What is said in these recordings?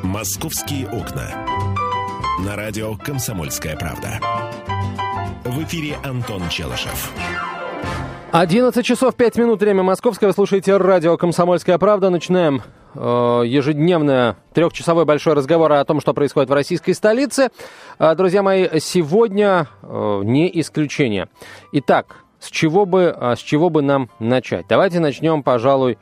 «Московские окна». На радио «Комсомольская правда». В эфире Антон Челышев. 11 часов 5 минут, время московское. Вы слушаете радио «Комсомольская правда». Начинаем ежедневный трехчасовой большой разговор о том, что происходит в российской столице. Друзья мои, сегодня не исключение. Итак, с чего бы нам начать? Давайте начнем, пожалуй,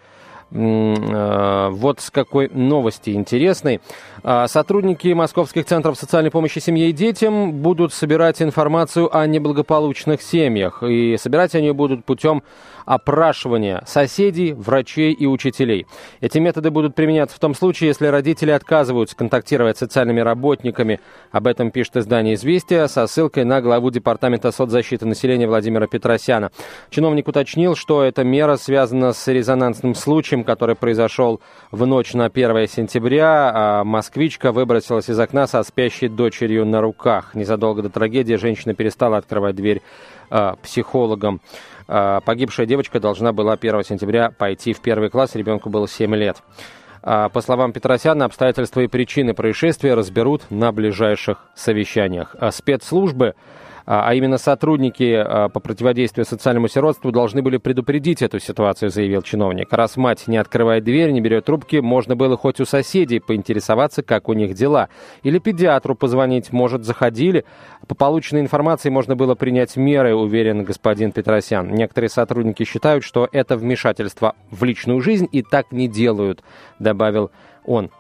вот с какой новости интересной. Сотрудники московских центров социальной помощи семье и детям будут собирать информацию о неблагополучных семьях. И собирать они будут путем опрашивания соседей, врачей и учителей. Эти методы будут применяться в том случае, если родители отказываются контактировать с социальными работниками. Об этом пишет издание «Известия» со ссылкой на главу Департамента соцзащиты населения Владимира Петросяна. Чиновник уточнил, что эта мера связана с резонансным случаем, который произошел в ночь на 1 сентября. Москвичка выбросилась из окна со спящей дочерью на руках. Незадолго до трагедии женщина перестала открывать дверь психологам. Погибшая девочка должна была 1 сентября пойти в 1 класс, ребенку было 7 лет. По словам Петросяна, обстоятельства и причины происшествия разберут на ближайших совещаниях. Спецслужбы, а именно сотрудники по противодействию социальному сиротству, должны были предупредить эту ситуацию, заявил чиновник. Раз мать не открывает дверь, не берет трубки, можно было хоть у соседей поинтересоваться, как у них дела. Или педиатру позвонить, может, заходили. По полученной информации можно было принять меры, уверен господин Петросян. Некоторые сотрудники считают, что это вмешательство в личную жизнь и так не делают, добавил он.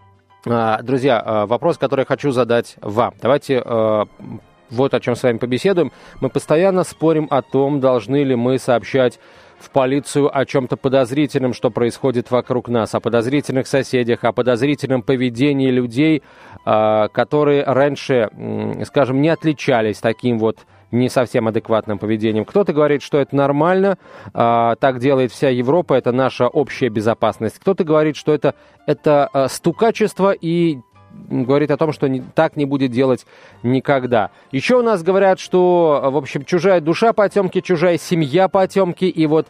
Друзья, вопрос, который я хочу задать вам. Давайте вот о чем с вами побеседуем. Мы постоянно спорим о том, должны ли мы сообщать в полицию о чем-то подозрительном, что происходит вокруг нас, о подозрительных соседях, о подозрительном поведении людей, которые раньше, скажем, не отличались таким вот не совсем адекватным поведением. Кто-то говорит, что это нормально, так делает вся Европа, это наша общая безопасность. Кто-то говорит, что это стукачество и говорит о том, что так не будет делать никогда. Еще у нас говорят, что, в общем, чужая душа потемки, чужая семья потемки, и вот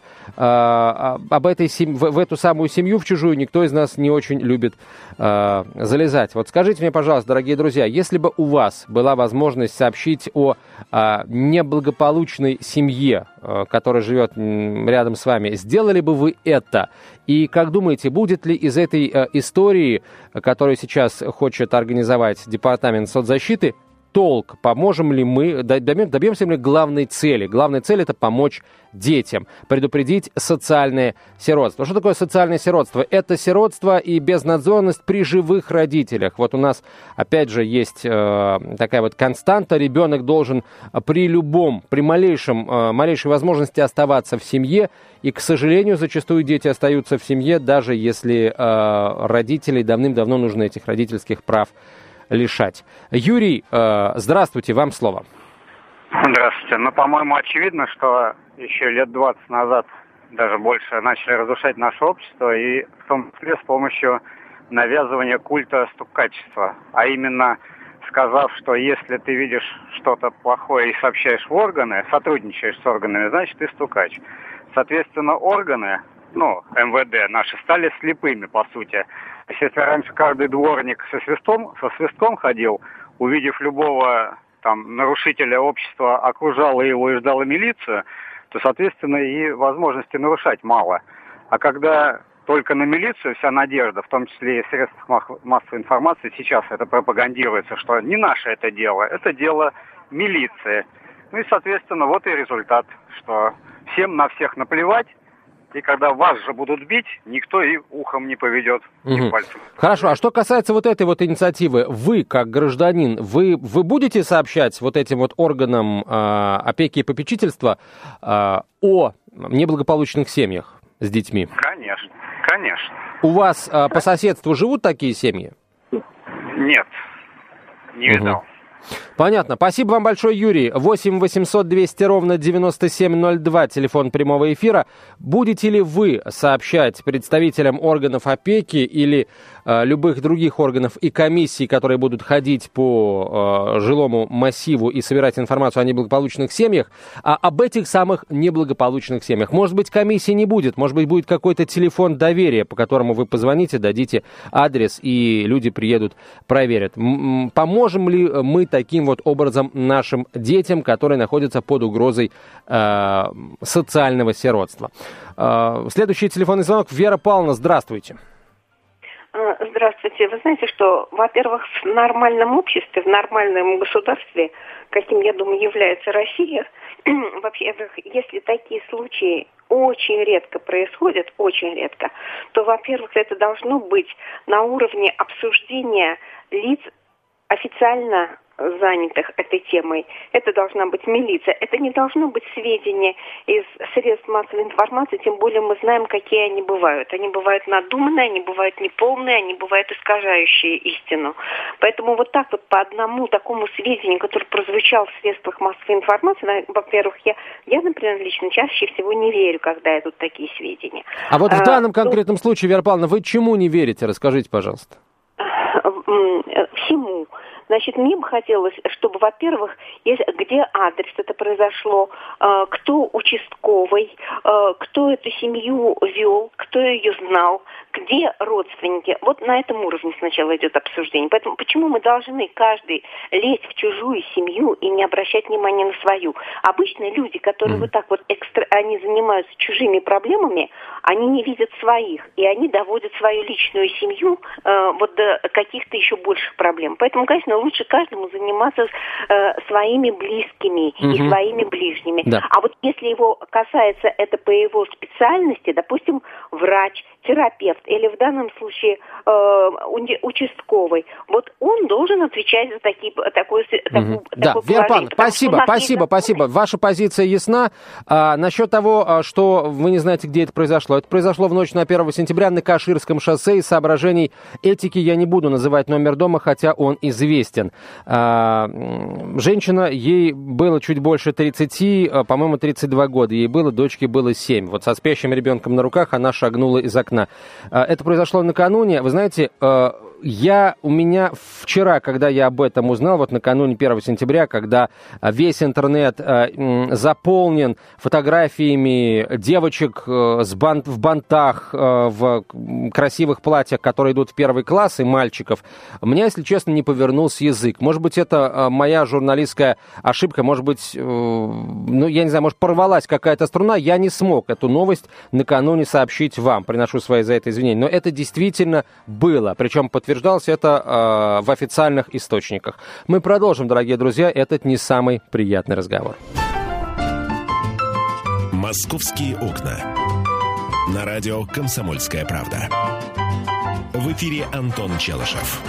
в эту самую семью, в чужую, никто из нас не очень любит залезать. Вот скажите мне, пожалуйста, дорогие друзья, если бы у вас была возможность сообщить о неблагополучной семье, которая живет рядом с вами, сделали бы вы это? И как думаете, будет ли из этой истории, которую сейчас хочет организовать Департамент соцзащиты, толк? Поможем ли мы, добьемся ли главной цели? Главная цель – это помочь детям, предупредить социальное сиротство. Что такое социальное сиротство? Это сиротство и безнадзорность при живых родителях. Вот у нас, опять же, есть такая вот константа. Ребенок должен при малейшей возможности оставаться в семье. И, к сожалению, зачастую дети остаются в семье, даже если родителей давным-давно нужно этих родительских прав лишать. Юрий, здравствуйте, вам слово. Здравствуйте. По-моему, очевидно, что еще лет 20 назад, даже больше, начали разрушать наше общество, и в том числе с помощью навязывания культа стукачества. А именно, сказав, что если ты видишь что-то плохое и сообщаешь в органы, сотрудничаешь с органами, значит, ты стукач. Соответственно, органы, МВД наши, стали слепыми, по сути. Если раньше каждый дворник со свистком ходил, увидев любого нарушителя общества, окружала его и ждала милицию, то, соответственно, и возможности нарушать мало. А когда только на милицию вся надежда, в том числе и в средствах массовой информации, сейчас это пропагандируется, что не наше это дело милиции. И, соответственно, вот и результат, что всем на всех наплевать, и когда вас же будут бить, никто и ухом не поведет, ни пальцем. Хорошо, а что касается вот этой вот инициативы, вы, как гражданин, вы будете сообщать вот этим вот органам опеки и попечительства о неблагополучных семьях с детьми? Конечно. У вас по соседству живут такие семьи? Нет, не видал. Понятно. Спасибо вам большое, Юрий. 8 800 200 ровно 9702, телефон прямого эфира. Будете ли вы сообщать представителям органов опеки или любых других органов и комиссий, которые будут ходить по жилому массиву и собирать информацию о неблагополучных семьях, об этих самых неблагополучных семьях? Может быть, комиссии не будет, может быть, будет какой-то телефон доверия, по которому вы позвоните, дадите адрес, и люди приедут, проверят. Поможем ли мы таким вот образом нашим детям, которые находятся под угрозой социального сиротства? Следующий телефонный звонок. Вера Павловна, здравствуйте. Здравствуйте. Вы знаете, что, во-первых, в нормальном обществе, в нормальном государстве, каким, я думаю, является Россия, во-первых, если такие случаи очень редко происходят, очень редко, то, во-первых, это должно быть на уровне обсуждения лиц, официально занятых этой темой. Это должна быть милиция. Это не должно быть сведения из средств массовой информации, тем более мы знаем, какие они бывают. Они бывают надуманные, они бывают неполные, они бывают искажающие истину. Поэтому вот так вот по одному такому сведению, которое прозвучало в средствах массовой информации, во-первых, я, например, лично чаще всего не верю, когда идут такие сведения. А вот в данном конкретном случае, Вера Павловна, вы чему не верите? Расскажите, пожалуйста. Всему. Значит, мне бы хотелось, чтобы, во-первых, где адрес это произошло, кто участковый, кто эту семью вел, кто ее знал, где родственники. Вот на этом уровне сначала идет обсуждение. Поэтому почему мы должны каждый лезть в чужую семью и не обращать внимания на свою? Обычно люди, которые вот так вот они занимаются чужими проблемами, они не видят своих, и они доводят свою личную семью вот до каких-то еще больших проблем. Поэтому, конечно, лучше каждому заниматься своими близкими и своими ближними. Да. А вот если его касается это по его специальности, допустим, врач, терапевт или в данном случае участковый, вот он должен отвечать за такую Да, Вера Павловна, спасибо. Ваша позиция ясна. Насчет того, что вы не знаете, где это произошло. Это произошло в ночь на 1 сентября на Каширском шоссе. Из соображений этики я не буду называть номер дома, хотя он известен. Женщина, ей было чуть больше 30, по-моему, 32 года. Ей было, дочке было 7. Вот со спящим ребенком на руках она шагнула из окна. Это произошло накануне. Вы знаете, у меня вчера, когда я об этом узнал, вот накануне 1 сентября, когда весь интернет заполнен фотографиями девочек в бантах, в красивых платьях, которые идут в 1 класс, и мальчиков, у меня, если честно, не повернулся язык. Может быть, это моя журналистская ошибка, может быть, я не знаю, может, порвалась какая-то струна, я не смог эту новость накануне сообщить вам. Приношу свои за это извинения. Но это действительно было, причем подтверждалось это в официальных источниках. Мы продолжим, дорогие друзья, этот не самый приятный разговор. «Московские окна». На радио «Комсомольская правда». В эфире Антон Челышев.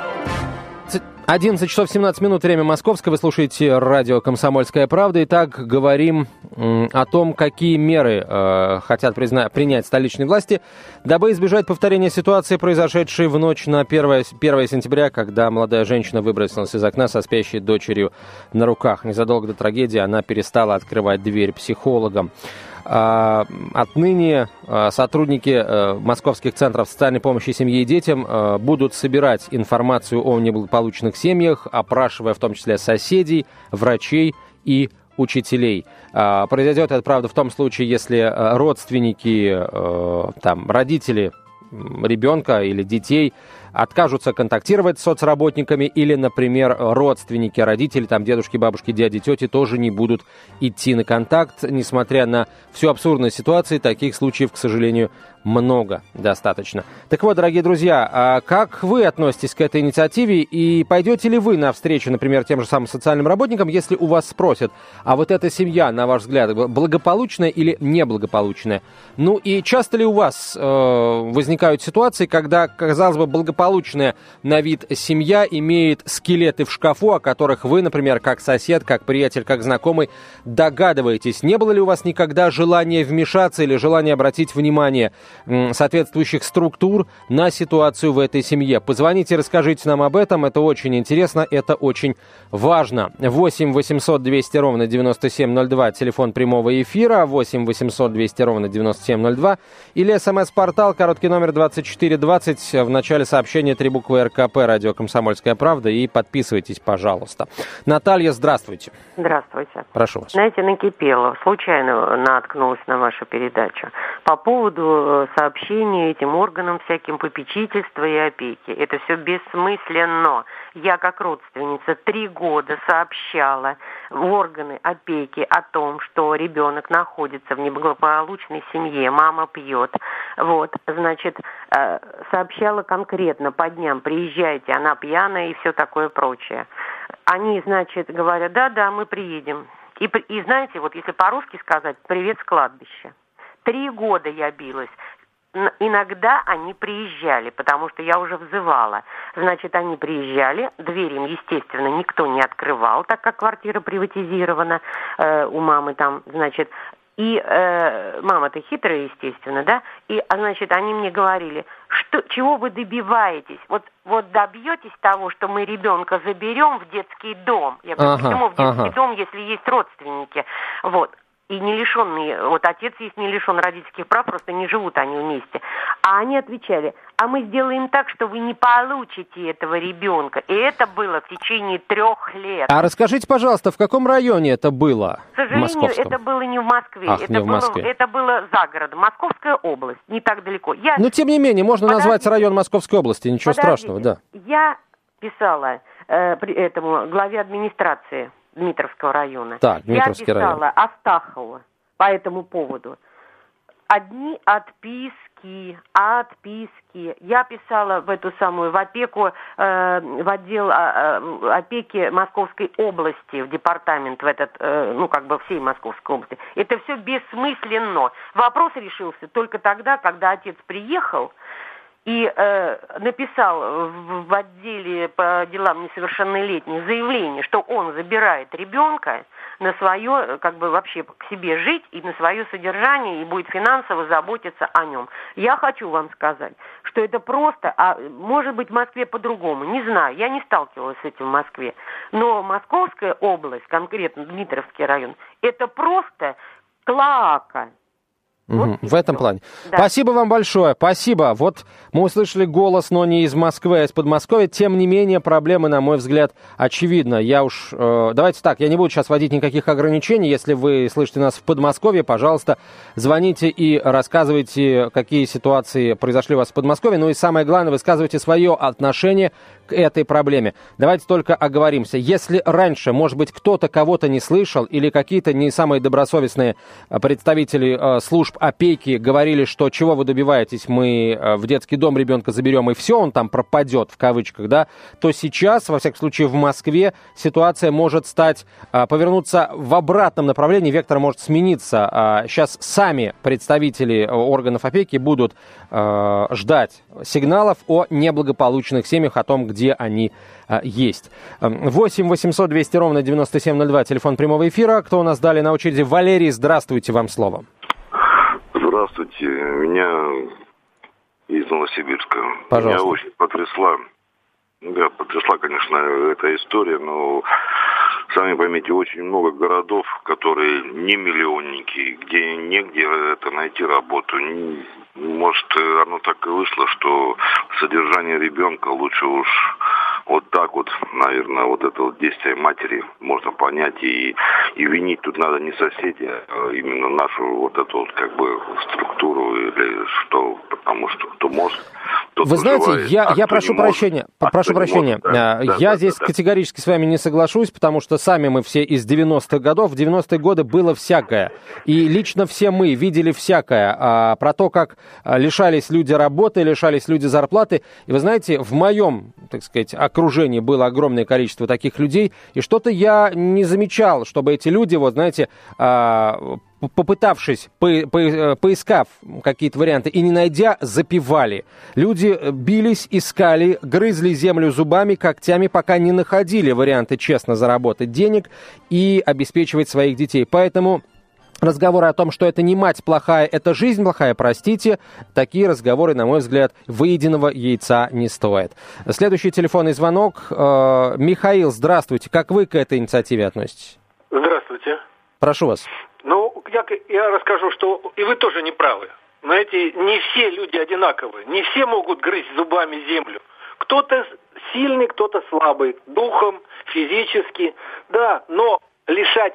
11 часов 17 минут, время московское. Вы слушаете радио «Комсомольская правда». Итак, говорим о том, какие меры хотят принять столичные власти, дабы избежать повторения ситуации, произошедшей в ночь на 1 сентября, когда молодая женщина выбросилась из окна со спящей дочерью на руках. Незадолго до трагедии она перестала открывать дверь психологам. Отныне сотрудники московских центров социальной помощи семье и детям будут собирать информацию о неблагополучных семьях, опрашивая в том числе соседей, врачей и учителей. Произойдет это, правда, в том случае, если родственники, родители ребенка или детей откажутся контактировать с соцработниками или, например, родственники, родители, дедушки, бабушки, дяди, тети тоже не будут идти на контакт. Несмотря на всю абсурдность ситуации, таких случаев, к сожалению, много достаточно. Так вот, дорогие друзья, как вы относитесь к этой инициативе и пойдете ли вы навстречу, например, тем же самым социальным работникам, если у вас спросят, а вот эта семья, на ваш взгляд, благополучная или неблагополучная? Ну и часто ли у вас возникают ситуации, когда, казалось бы, благополучная неблагополучная на вид семья имеет скелеты в шкафу, о которых вы, например, как сосед, как приятель, как знакомый, догадываетесь. Не было ли у вас никогда желания вмешаться или желания обратить внимание соответствующих структур на ситуацию в этой семье? Позвоните, расскажите нам об этом. Это очень интересно, это очень важно. 8 800 200 ровно 9702, телефон прямого эфира, 8 800 200 ровно 9702, или смс-портал, короткий номер 2420, в начале сообщения 3 буквы РКП, радио «Комсомольская правда», и подписывайтесь, пожалуйста. Наталья, здравствуйте. Здравствуйте. Прошу вас. Знаете, накипело, случайно наткнулась на вашу передачу по поводу сообщения этим органам всяким попечительства и опеки. Это все бессмысленно. Я, как родственница, 3 года сообщала в органы опеки о том, что ребенок находится в неблагополучной семье, мама пьет. Значит, сообщала конкретно по дням: приезжайте, она пьяная и все такое прочее. Они, значит, говорят: да, мы приедем. И знаете, если по-русски сказать, привет с кладбища. 3 года я билась. Иногда они приезжали, потому что я уже взывала. Значит, они приезжали, дверь им, естественно, никто не открывал, так как квартира приватизирована у мамы там, значит. И мама-то хитрая, естественно, да? Значит, они мне говорили: чего вы добиваетесь? Вот добьетесь того, что мы ребенка заберем в детский дом. Я говорю: почему в детский дом, если есть родственники? И не лишенные, отец есть не лишен родительских прав, просто не живут они вместе. А они отвечали: а мы сделаем так, что вы не получите этого ребенка. И это было в течение 3 лет. А расскажите, пожалуйста, в каком районе это было? К сожалению, это было не в Москве. Это было за городом. Московская область, не так далеко. Но тем не менее, можно назвать район Московской области, ничего страшного, да. Я писала этому главе администрации Дмитровского района. Дмитровский район. Я писала Астахову по этому поводу. Одни отписки. Я писала в эту самую, в опеку, в отдел опеки Московской области, в департамент, в этот, всей Московской области. Это все бессмысленно. Вопрос решился только тогда, когда отец приехал и написал в отделе по делам несовершеннолетних заявление, что он забирает ребенка на свое, вообще к себе жить и на свое содержание, и будет финансово заботиться о нем. Я хочу вам сказать, что это просто, может быть, в Москве по-другому, не знаю, я не сталкивалась с этим в Москве, но Московская область, конкретно Дмитровский район, это просто клоака. В этом плане. Да. Спасибо вам большое. Спасибо. Мы услышали голос, но не из Москвы, а из Подмосковья. Тем не менее, проблемы, на мой взгляд, очевидна. Давайте так, я не буду сейчас вводить никаких ограничений. Если вы слышите нас в Подмосковье, пожалуйста, звоните и рассказывайте, какие ситуации произошли у вас в Подмосковье. И самое главное, высказывайте свое отношение к этой проблеме. Давайте только оговоримся. Если раньше, может быть, кто-то кого-то не слышал, или какие-то не самые добросовестные представители служб опеки говорили, что чего вы добиваетесь, мы в детский дом ребенка заберем, и все, он там пропадет, в кавычках, да, то сейчас, во всяком случае, в Москве ситуация может повернуться в обратном направлении, вектор может смениться. Сейчас сами представители органов опеки будут ждать сигналов о неблагополучных семьях, о том, где они есть. 8 800 200 ровно 9702, телефон прямого эфира. Кто у нас далее на очереди? Валерий, здравствуйте, вам слово. Здравствуйте, меня из Новосибирска. Пожалуйста. Меня очень потрясла, конечно, эта история, но, сами поймите, очень много городов, которые не миллионники, где негде найти работу. Может, оно так и вышло, что содержание ребенка лучше уж так наверное, это действие матери можно понять, и винить тут надо не соседей, а именно нашу структуру, или что, потому что кто может, тот Вы знаете, выживает, я прошу прощения, я здесь категорически с вами не соглашусь, потому что сами мы все из 90-х годов, в 90-е годы было всякое, и лично все мы видели всякое, про то, как лишались люди работы, лишались люди зарплаты, и вы знаете, в моем, так сказать, окружении было огромное количество таких людей, и что-то я не замечал, чтобы эти люди, попытавшись, поискав какие-то варианты и не найдя, запивали. Люди бились, искали, грызли землю зубами, когтями, пока не находили варианты честно заработать денег и обеспечивать своих детей. Поэтому разговоры о том, что это не мать плохая, это жизнь плохая, простите, такие разговоры, на мой взгляд, выеденного яйца не стоят. Следующий телефонный звонок. Михаил, здравствуйте. Как вы к этой инициативе относитесь? Здравствуйте. Прошу вас. Ну, я расскажу, что и вы тоже не правы. Знаете, не все люди одинаковые. Не все могут грызть зубами землю. Кто-то сильный, кто-то слабый. Духом, физически. Да, но лишать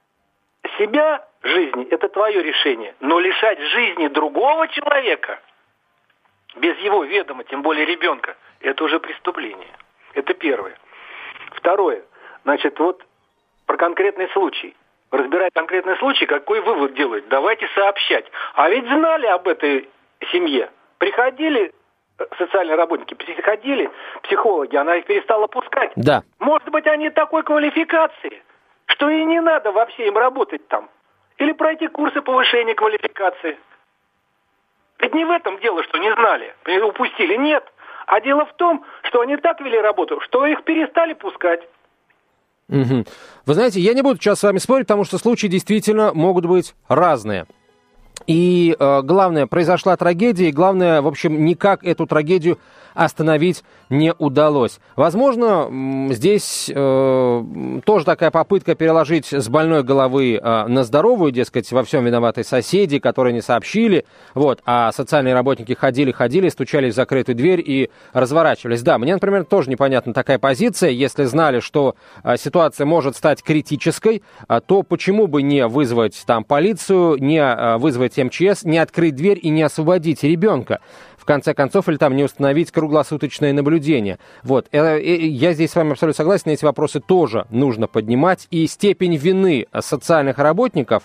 себя жизни – это твое решение. Но лишать жизни другого человека без его ведома, тем более ребенка, это уже преступление. Это первое. Второе. Значит, вот про конкретный случай. Разбирая конкретный случай, какой вывод делать? Давайте сообщать. А ведь знали об этой семье. Приходили социальные работники, приходили психологи, она их перестала пускать. Да. Может быть, они такой квалификации, что и не надо вообще им работать там. Или пройти курсы повышения квалификации. Ведь не в этом дело, что не знали, упустили. Нет. А дело в том, что они так вели работу, что их перестали пускать. Угу. Вы знаете, я не буду сейчас с вами спорить, потому что случаи действительно могут быть разные. И главное, произошла трагедия, и главное, в общем, никак эту трагедию остановить не удалось. Возможно, здесь тоже такая попытка переложить с больной головы на здоровую, дескать, во всем виноваты соседи, которые не сообщили, вот, а социальные работники ходили, стучали в закрытую дверь и разворачивались. Да, мне, например, тоже непонятна такая позиция. Если знали, что ситуация может стать критической, то почему бы не вызвать там полицию, не вызвать МЧС, не открыть дверь и не освободить ребенка? В конце концов, или там не установить круглосуточное наблюдение. Вот. Я здесь с вами абсолютно согласен, эти вопросы тоже нужно поднимать. И степень вины социальных работников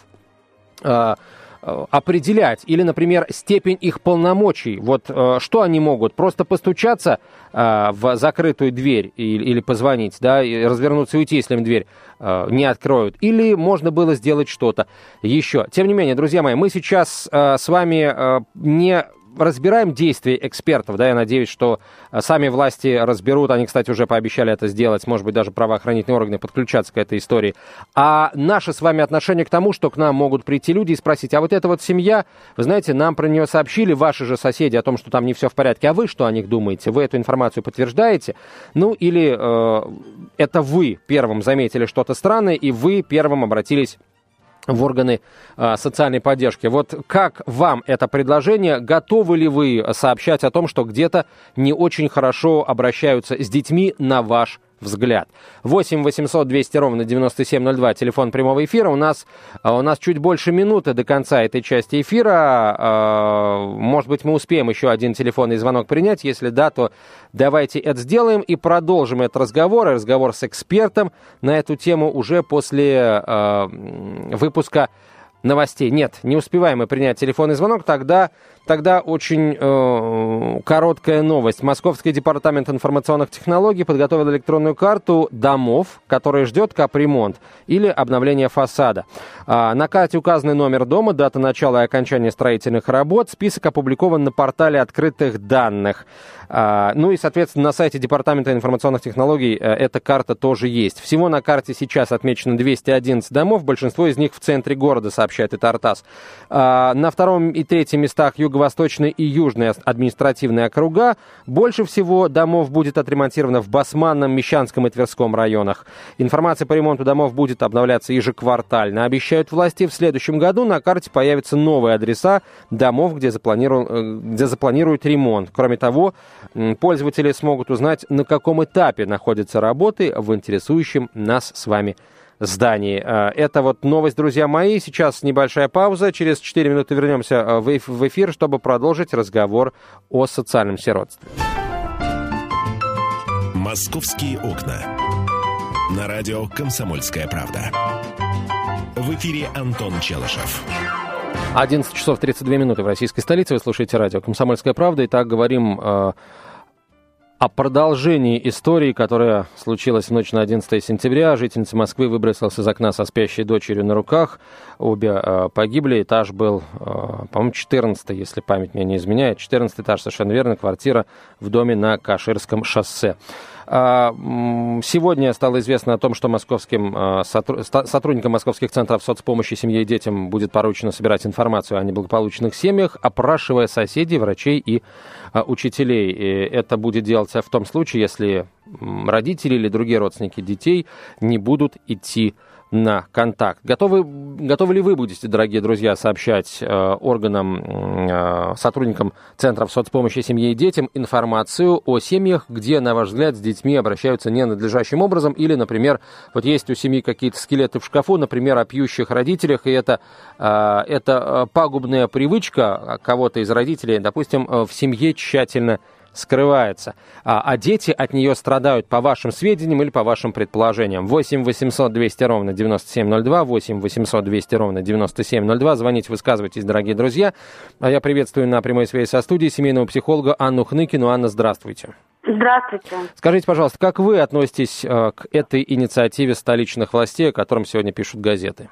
определять. Или, например, степень их полномочий. Вот что они могут? Просто постучаться в закрытую дверь или позвонить, да, и развернуться и уйти, если им дверь не откроют. Или можно было сделать что-то еще. Тем не менее, друзья мои, мы сейчас с вами не разбираем действия экспертов, да, я надеюсь, что сами власти разберут, они, кстати, уже пообещали это сделать, может быть, даже правоохранительные органы подключаться к этой истории, а наше с вами отношение к тому, что к нам могут прийти люди и спросить, а вот эта вот семья, вы знаете, нам про нее сообщили ваши же соседи о том, что там не все в порядке, а вы что о них думаете? Вы эту информацию подтверждаете? Ну, или это вы первым заметили что-то странное, и вы первым обратились в органы социальной поддержки. Вот как вам это предложение? Готовы ли вы сообщать о том, что где-то не очень хорошо обращаются с детьми, на ваш взгляд? 8 800 200 ровно 9702, телефон прямого эфира. У нас чуть больше минуты до конца этой части эфира. Может быть, мы успеем еще один телефонный звонок принять. Если да, то давайте это сделаем и продолжим этот разговор с экспертом на эту тему уже после выпуска новостей. Нет, не успеваем мы принять телефонный звонок, тогда очень короткая новость. Московский департамент информационных технологий подготовил электронную карту домов, которая ждет капремонт или обновление фасада. На карте указаны номер дома, дата начала и окончания строительных работ. Список опубликован на портале открытых данных. Ну и, соответственно, на сайте Департамента информационных технологий эта карта тоже есть. Всего на карте сейчас отмечено 211 домов, большинство из них в центре города, сообщает ТАРТАСС. На втором и третьем местах юго-восточный и южный административные округа. Больше всего домов будет отремонтировано в Басманном, Мещанском и Тверском районах. Информация по ремонту домов будет обновляться ежеквартально. Обещают власти, в следующем году на карте появятся новые адреса домов, где запланируют ремонт. Кроме того, пользователи смогут узнать, на каком этапе находятся работы в интересующем нас с вами здании. Это вот новость, друзья мои. Сейчас небольшая пауза. Через 4 минуты вернемся в эфир, чтобы продолжить разговор о социальном сиротстве. «Московские окна». На радио «Комсомольская правда». В эфире Антон Челышев. 11 часов 32 минуты в российской столице. Вы слушаете радио «Комсомольская правда». Итак, говорим о о продолжении истории, которая случилась в ночь на 11 сентября. Жительница Москвы выбросилась из окна со спящей дочерью на руках. Обе погибли. Этаж был, по-моему, 14-й, если память меня не изменяет. 14-й этаж, совершенно верно, квартира в доме на Каширском шоссе. Сегодня стало известно о том, что сотрудникам московских центров соцпомощи семье и детям будет поручено собирать информацию о неблагополучных семьях, опрашивая соседей, врачей и учителей. И это будет делаться в том случае, если родители или другие родственники детей не будут идти на контакт. Готовы ли вы будете, дорогие друзья, сообщать сотрудникам Центров соцпомощи семье и детям информацию о семьях, где, на ваш взгляд, с детьми обращаются ненадлежащим образом, или, например, вот есть у семьи какие-то скелеты в шкафу, например, о пьющих родителях, и это пагубная привычка кого-то из родителей, допустим, в семье тщательно скрывается, а дети от нее страдают, по вашим сведениям или по вашим предположениям. 8 800 200 ровно 9702, 8 800 200 ровно 9702. Звоните, высказывайтесь, дорогие друзья. Я приветствую на прямой связи со студией семейного психолога Анну Хныкину. Анна, здравствуйте. Здравствуйте. Скажите, пожалуйста, как вы относитесь к этой инициативе столичных властей, о котором сегодня пишут газеты?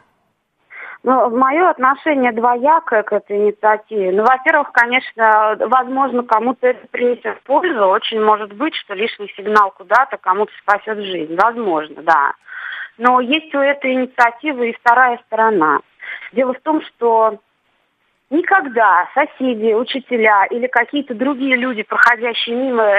Мое отношение двоякое к этой инициативе. Во-первых, конечно, возможно, кому-то это принесет пользу. Очень может быть, что лишний сигнал куда-то кому-то спасет жизнь. Возможно, да. Но есть у этой инициативы и вторая сторона. Дело в том, что никогда соседи, учителя или какие-то другие люди, проходящие мимо,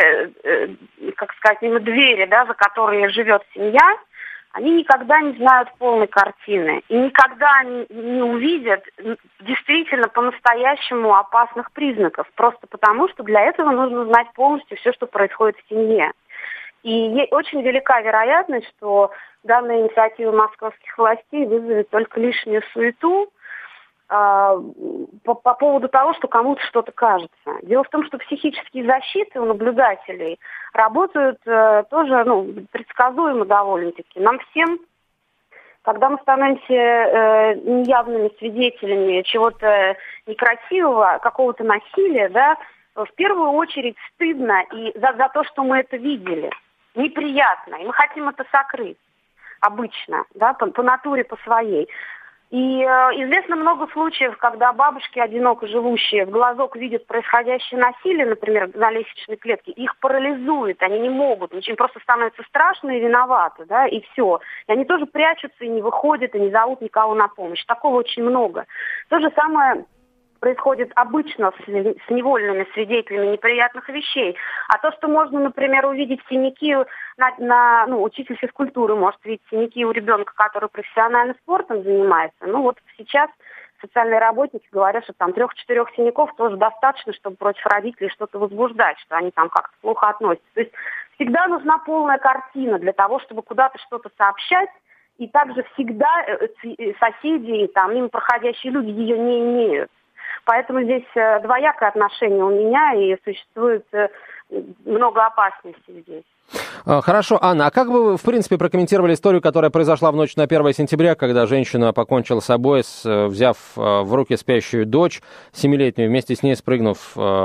мимо двери, да, за которой живет семья, они никогда не знают полной картины и никогда не увидят действительно по-настоящему опасных признаков, просто потому, что для этого нужно знать полностью все, что происходит в семье. И очень велика вероятность, что данная инициатива московских властей вызовет только лишнюю суету по поводу того, что кому-то что-то кажется. Дело в том, что психические защиты у наблюдателей работают тоже предсказуемо довольно-таки. Нам всем, когда мы становимся неявными свидетелями чего-то некрасивого, какого-то насилия, да, в первую очередь стыдно и за то, что мы это видели. Неприятно. И мы хотим это сокрыть обычно, да, по натуре, по своей. И известно много случаев, когда бабушки, одиноко живущие, в глазок видят происходящее насилие, например, на лестничной клетке, их парализует, они не могут, им просто становится страшно и виноваты, да, и все. И они тоже прячутся и не выходят, и не зовут никого на помощь. Такого очень много. То же самое происходит обычно с невольными свидетелями неприятных вещей. А то, что можно, например, увидеть синяки учитель физкультуры может видеть синяки у ребенка, который профессионально спортом занимается. Сейчас социальные работники говорят, что там 3-4 синяков тоже достаточно, чтобы против родителей что-то возбуждать, что они там как-то плохо относятся. То есть всегда нужна полная картина для того, чтобы куда-то что-то сообщать. И также всегда соседи, мимо проходящие люди ее не имеют. Поэтому здесь двоякое отношение у меня, и существует много опасностей здесь. Хорошо, Анна, а как бы вы, в принципе, прокомментировали историю, которая произошла в ночь на 1 сентября, когда женщина покончила с собой, взяв в руки спящую дочь 7-летнюю, вместе с ней спрыгнув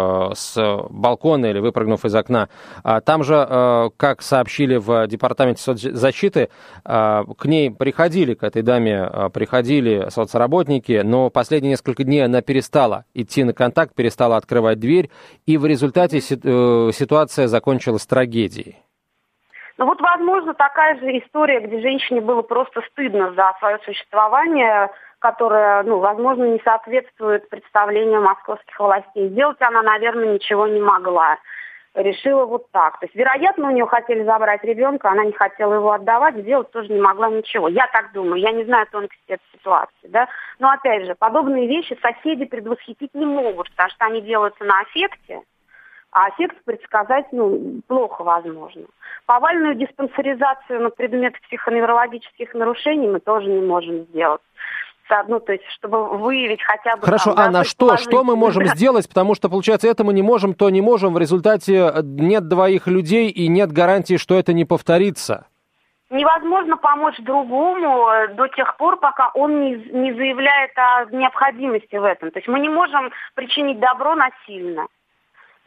с балкона или выпрыгнув из окна. Там же, как сообщили в департаменте соцзащиты, к ней к этой даме приходили соцработники, но последние несколько дней она перестала идти на контакт, перестала открывать дверь, и в результате ситуация закончилась трагедией. Возможно, такая же история, где женщине было просто стыдно за свое существование, которое, возможно, не соответствует представлению московских властей. Сделать она, наверное, ничего не могла. Решила вот так. То есть, вероятно, у нее хотели забрать ребенка, она не хотела его отдавать, сделать тоже не могла ничего. Я так думаю, я не знаю тонкости этой ситуации, да. Но, опять же, подобные вещи соседи предвосхитить не могут, потому что они делаются на аффекте. А аффект предсказать, плохо возможно. Повальную диспансеризацию на предмет психоневрологических нарушений мы тоже не можем сделать. То есть, чтобы выявить хотя бы... Хорошо, Анна, что мы можем сделать? Потому что, получается, это мы не можем, то не можем. В результате нет двоих людей и нет гарантии, что это не повторится. Невозможно помочь другому до тех пор, пока он не заявляет о необходимости в этом. То есть мы не можем причинить добро насильно.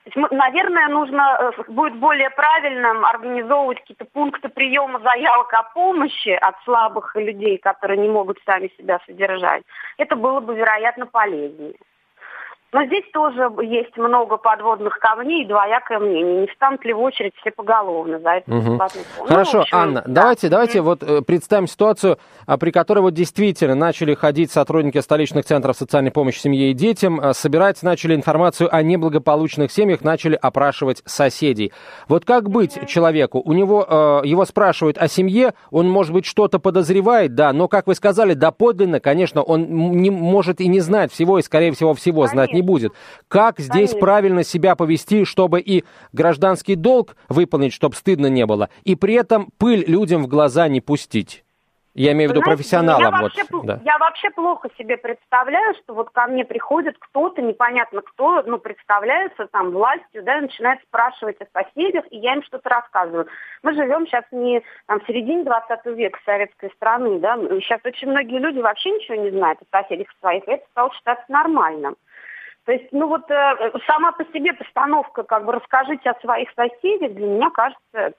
Наверное, нужно будет более правильным организовывать какие-то пункты приема заявок о помощи от слабых людей, которые не могут сами себя содержать. Это было бы, вероятно, полезнее. Но здесь тоже есть много подводных камней и двоякое мнение. Не встанут ли в очередь все поголовно за это бесплатное помощь? Хорошо, общем, Анна, да. давайте вот представим ситуацию, при которой вот действительно начали ходить сотрудники столичных центров социальной помощи семье и детям, собирать начали информацию о неблагополучных семьях, начали опрашивать соседей. Вот как быть человеку? У него, его спрашивают о семье, он, может быть, что-то подозревает, да, но, как вы сказали, доподлинно, конечно, он не может и не знать всего, и, скорее всего, знать не будет. Как здесь правильно себя повести, чтобы и гражданский долг выполнить, чтобы стыдно не было, и при этом пыль людям в глаза не пустить? Я имею в виду профессионалам. Я вообще плохо себе представляю, что вот ко мне приходит кто-то, непонятно кто, представляется там властью, да, и начинает спрашивать о соседях, и я им что-то рассказываю. Мы живем сейчас не там, в середине 20 века советской страны, да, сейчас очень многие люди вообще ничего не знают о соседях своих, и это стало считаться нормальным. То есть, сама по себе постановка, расскажите о своих соседях, для меня кажется,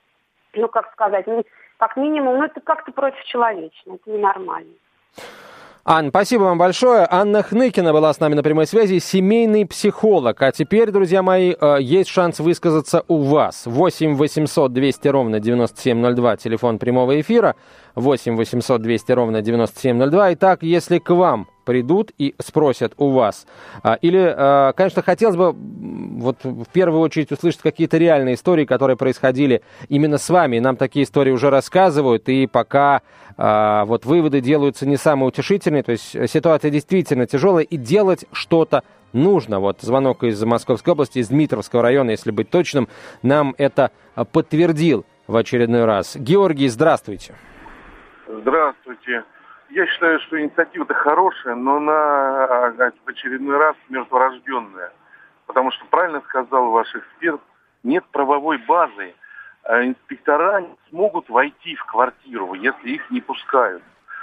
как минимум, это как-то против человечного, это ненормально. Анна, спасибо вам большое. Анна Хныкина была с нами на прямой связи, семейный психолог. А теперь, друзья мои, есть шанс высказаться у вас. 8 800 200 ровно 9702, телефон прямого эфира. 8 800 200 ровно 9702. Итак, если к вам придут и спросят у вас. Или, конечно, хотелось бы вот в первую очередь услышать какие-то реальные истории, которые происходили именно с вами. Нам такие истории уже рассказывают, и пока вот выводы делаются не самые утешительные, то есть ситуация действительно тяжелая, и делать что-то нужно. Вот звонок из Московской области, из Дмитровского района, если быть точным, нам это подтвердил в очередной раз. Георгий, здравствуйте. Здравствуйте. Я считаю, что инициатива-то хорошая, но она в очередной раз мертворожденная. Потому что, правильно сказал ваш эксперт, нет правовой базы. Инспектора не смогут войти в квартиру, если их не пускают.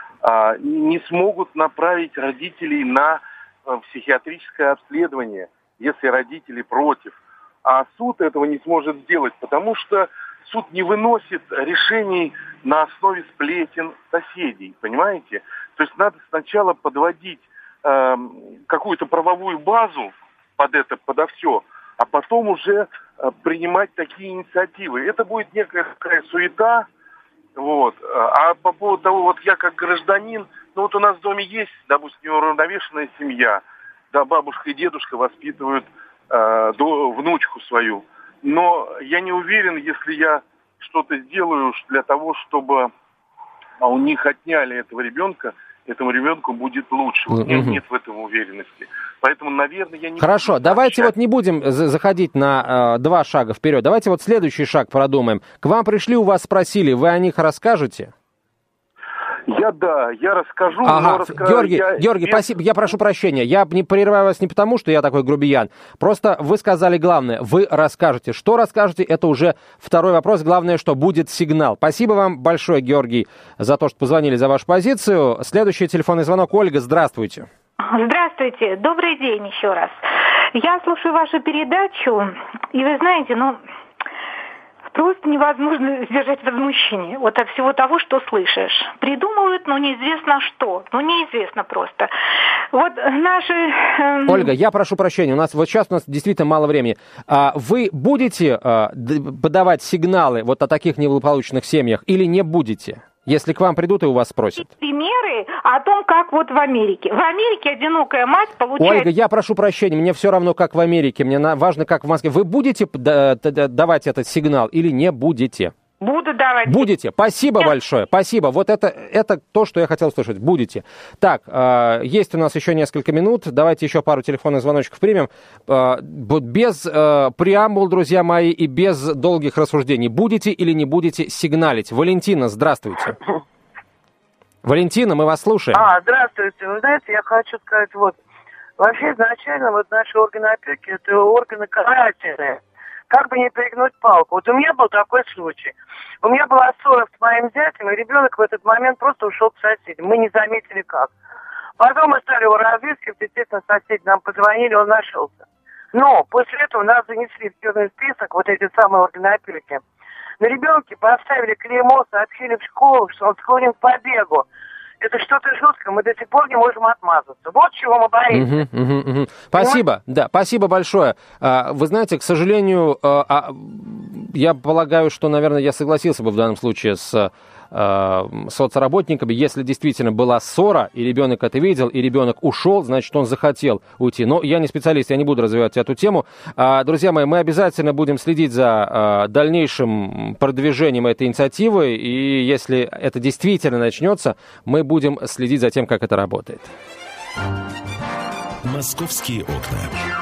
Не смогут направить родителей на психиатрическое обследование, если родители против. А суд этого не сможет сделать, потому что суд не выносит решений на основе сплетен соседей, понимаете? То есть надо сначала подводить какую-то правовую базу подо все, а потом уже принимать такие инициативы. Это будет некая такая суета, вот. А по поводу того, вот я как гражданин, у нас в доме есть, допустим, неуравновешенная семья, да, бабушка и дедушка воспитывают внучку свою. Но я не уверен, если я что-то сделаю для того, чтобы у них отняли этого ребенка, этому ребенку будет лучше. У меня нет в этом уверенности. Поэтому, наверное, я не... Хорошо, давайте вот не будем заходить на 2 шага вперед. Давайте вот следующий шаг продумаем. К вам пришли, у вас спросили, вы о них расскажете? Я расскажу. Ага, Георгий, спасибо, я прошу прощения. Я не прерываю вас не потому, что я такой грубиян. Просто вы сказали главное, вы расскажете. Что расскажете, это уже второй вопрос. Главное, что будет сигнал. Спасибо вам большое, Георгий, за то, что позвонили, за вашу позицию. Следующий телефонный звонок. Ольга, здравствуйте. Здравствуйте, добрый день еще раз. Я слушаю вашу передачу, и вы знаете, просто невозможно сдержать возмущение от всего того, что слышишь. Придумывают, но неизвестно что. Неизвестно просто. Вот наши... Ольга, я прошу прощения, сейчас у нас действительно мало времени. Вы будете подавать сигналы вот о таких неблагополучных семьях или не будете? Если к вам придут и у вас спросят. Примеры о том, как вот в Америке. В Америке одинокая мать получает... Ольга, я прошу прощения, мне все равно, как в Америке. Мне важно, как в Москве. Вы будете давать этот сигнал или не будете? Буду давать. Будете. Спасибо большое. Спасибо. Вот это то, что я хотел услышать. Будете. Так, есть у нас еще несколько минут. Давайте еще пару телефонных звоночков примем. Без преамбул, друзья мои, и без долгих рассуждений. Будете или не будете сигналить? Валентина, здравствуйте. Валентина, мы вас слушаем. Здравствуйте. Вы знаете, я хочу сказать, вообще изначально наши органы опеки, это органы карательные. Как бы не перегнуть палку. Вот у меня был такой случай. У меня была ссора с моим зятем, и ребенок в этот момент просто ушел к соседям. Мы не заметили как. Потом мы стали его разыскивать, естественно, соседи нам позвонили, он нашелся. Но после этого нас занесли в черный список, вот эти самые органы опеки. На ребенке поставили клеймо, сообщили в школу, что он склонен к побегу. Это что-то жуткое, мы до сих пор не можем отмазаться. Вот чего мы боимся. Спасибо, да, спасибо большое. Вы знаете, к сожалению, я полагаю, что, наверное, я согласился бы в данном случае с соцработниками, если действительно была ссора, и ребенок это видел, и ребенок ушел, значит, он захотел уйти. Но я не специалист, я не буду развивать эту тему. Друзья мои, мы обязательно будем следить за дальнейшим продвижением этой инициативы, и если это действительно начнется, мы будем следить за тем, как это работает. «Московские окна».